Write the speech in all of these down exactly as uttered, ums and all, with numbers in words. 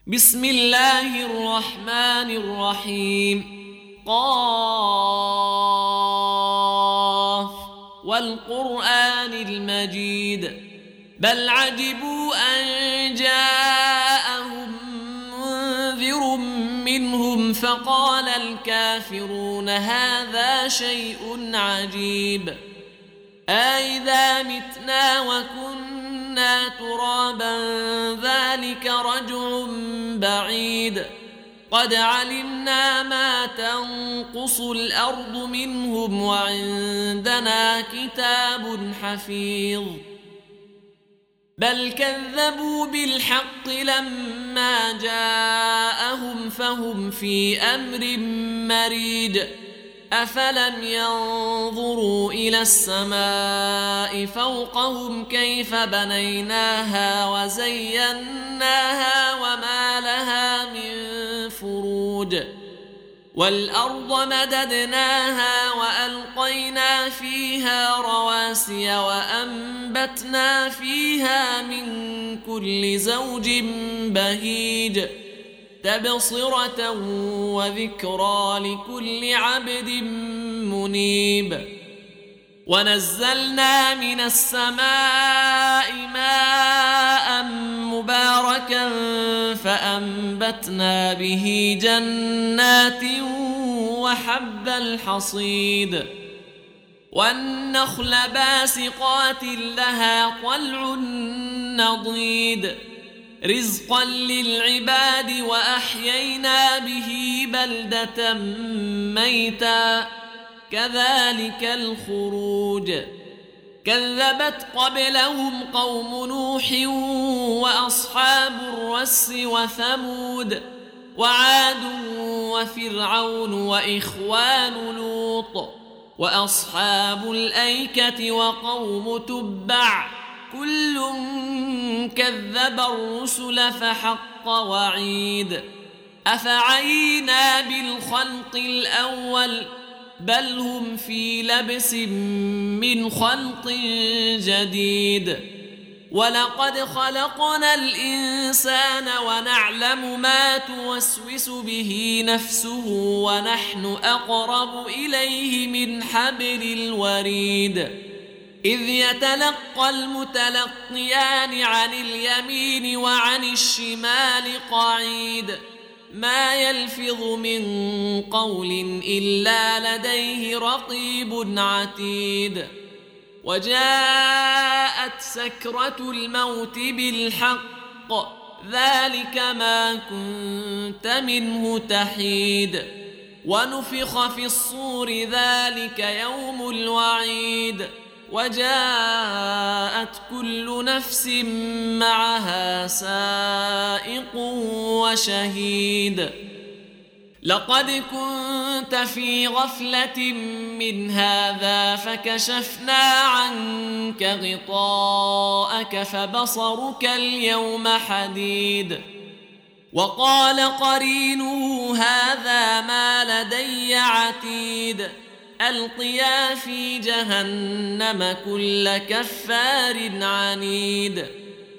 بسم الله الرحمن الرحيم. قاف والقرآن المجيد بل عجبوا أن جاءهم منذر منهم فقال الكافرون هذا شيء عجيب أإذا متنا وكنا ترابا ذلك رجع بعيد قد علمنا ما تنقص الأرض منهم وعندنا كتاب حفيظ بل كذبوا بالحق لما جاءهم فهم في أمر مريج أفلم ينظروا إلى السماء فوقهم كيف بنيناها وزيناها وما لها من فروج والأرض مددناها وألقينا فيها رواسي وأنبتنا فيها من كل زوج بهيج تبصرة وذكرى لكل عبد منيب ونزلنا من السماء ماء مباركا فأنبتنا به جنات وحب الحصيد والنخل باسقات لها طلع نضيد رزقا للعباد وأحيينا به بلدة ميتا كذلك الخروج كذبت قبلهم قوم نوح وأصحاب الرس وثمود وعاد وفرعون وإخوان لوط وأصحاب الأيكة وقوم تبع كل كذب الرسل فحق وعيد أفعينا بالخلق الأول بل هم في لبس من خلق جديد ولقد خلقنا الإنسان ونعلم ما توسوس به نفسه ونحن أقرب إليه من حبل الوريد إذ يتلقى المتلقيان عن اليمين وعن الشمال قعيد ما يلفظ من قول إلا لديه رقيب عتيد وجاءت سكرة الموت بالحق ذلك ما كنت منه تحيد ونفخ في الصور ذلك يوم الوعيد وجاءت كل نفس معها سائق وشهيد لقد كنت في غفلة من هذا فكشفنا عنك غطاءك فبصرك اليوم حديد وقال قرينه هذا ما لدي عتيد ألقيا في جهنم كل كفار عنيد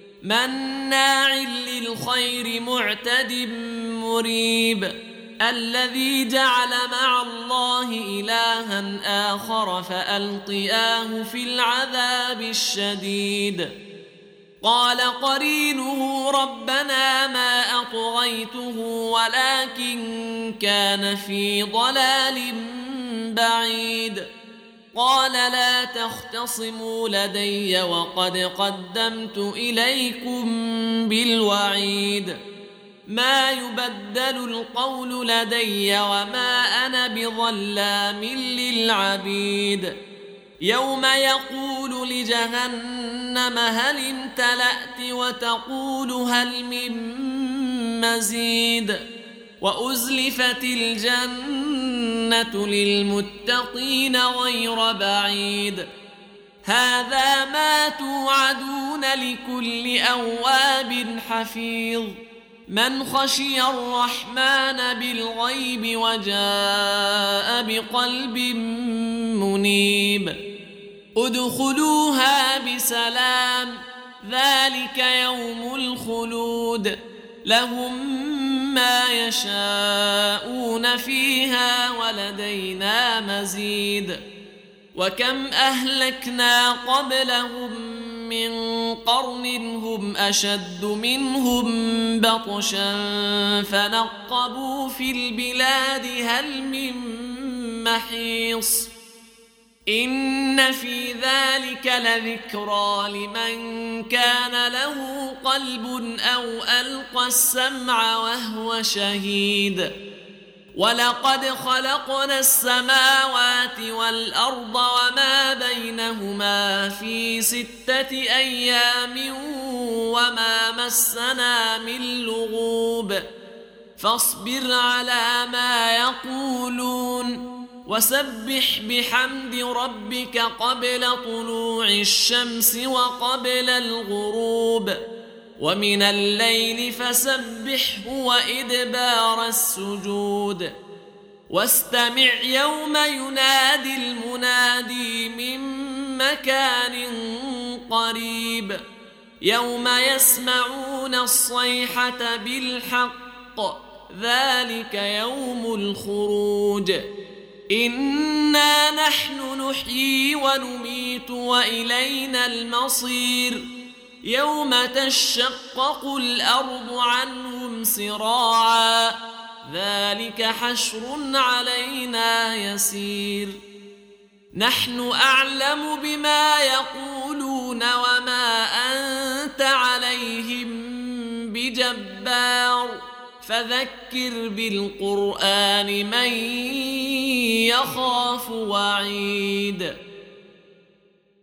مناع للخير معتد مريب الذي جعل مع الله إلها آخر فألقياه في العذاب الشديد قال قرينه ربنا ما أطغيته ولكن كان في ضلال بعيد قال لا تختصموا لدي وقد قدمت إليكم بالوعيد ما يبدل القول لدي وما أنا بظلام للعبيد يوم يقول لجهنم هل امتلأت وتقول هل من مزيد وأزلفت الجنة للمتقين غير بعيد هذا ما توعدون لكل أواب حفيظ من خشي الرحمن بالغيب وجاء بقلب منيب ادخلوها بسلام ذلك يوم الخلود لهم ما يشاءون فيها ولدينا مزيد وكم أهلكنا قبلهم من قرن هم أشد منهم بطشا فنقبوا في البلاد هل من محيص إن في ذلك لذكرى لمن كان له قلب أو ألقى السمع وهو شهيد ولقد خلقنا السماوات والأرض وما بينهما في ستة أيام وما مسنا من لغوب فاصبر على ما يقولون وسبح بحمد ربك قبل طلوع الشمس وقبل الغروب ومن الليل فسبحه وإدبار السجود واستمع يوم ينادي المنادي من مكان قريب يوم يسمعون الصيحة بالحق ذلك يوم الخروج إنا نحن نحيي ونميت وإلينا المصير يوم تشقق الأرض عنهم سراعا ذلك حشر علينا يسير نحن أعلم بما يقولون وما أنت عليهم بجبار فذكر بالقرآن من يخاف وعيد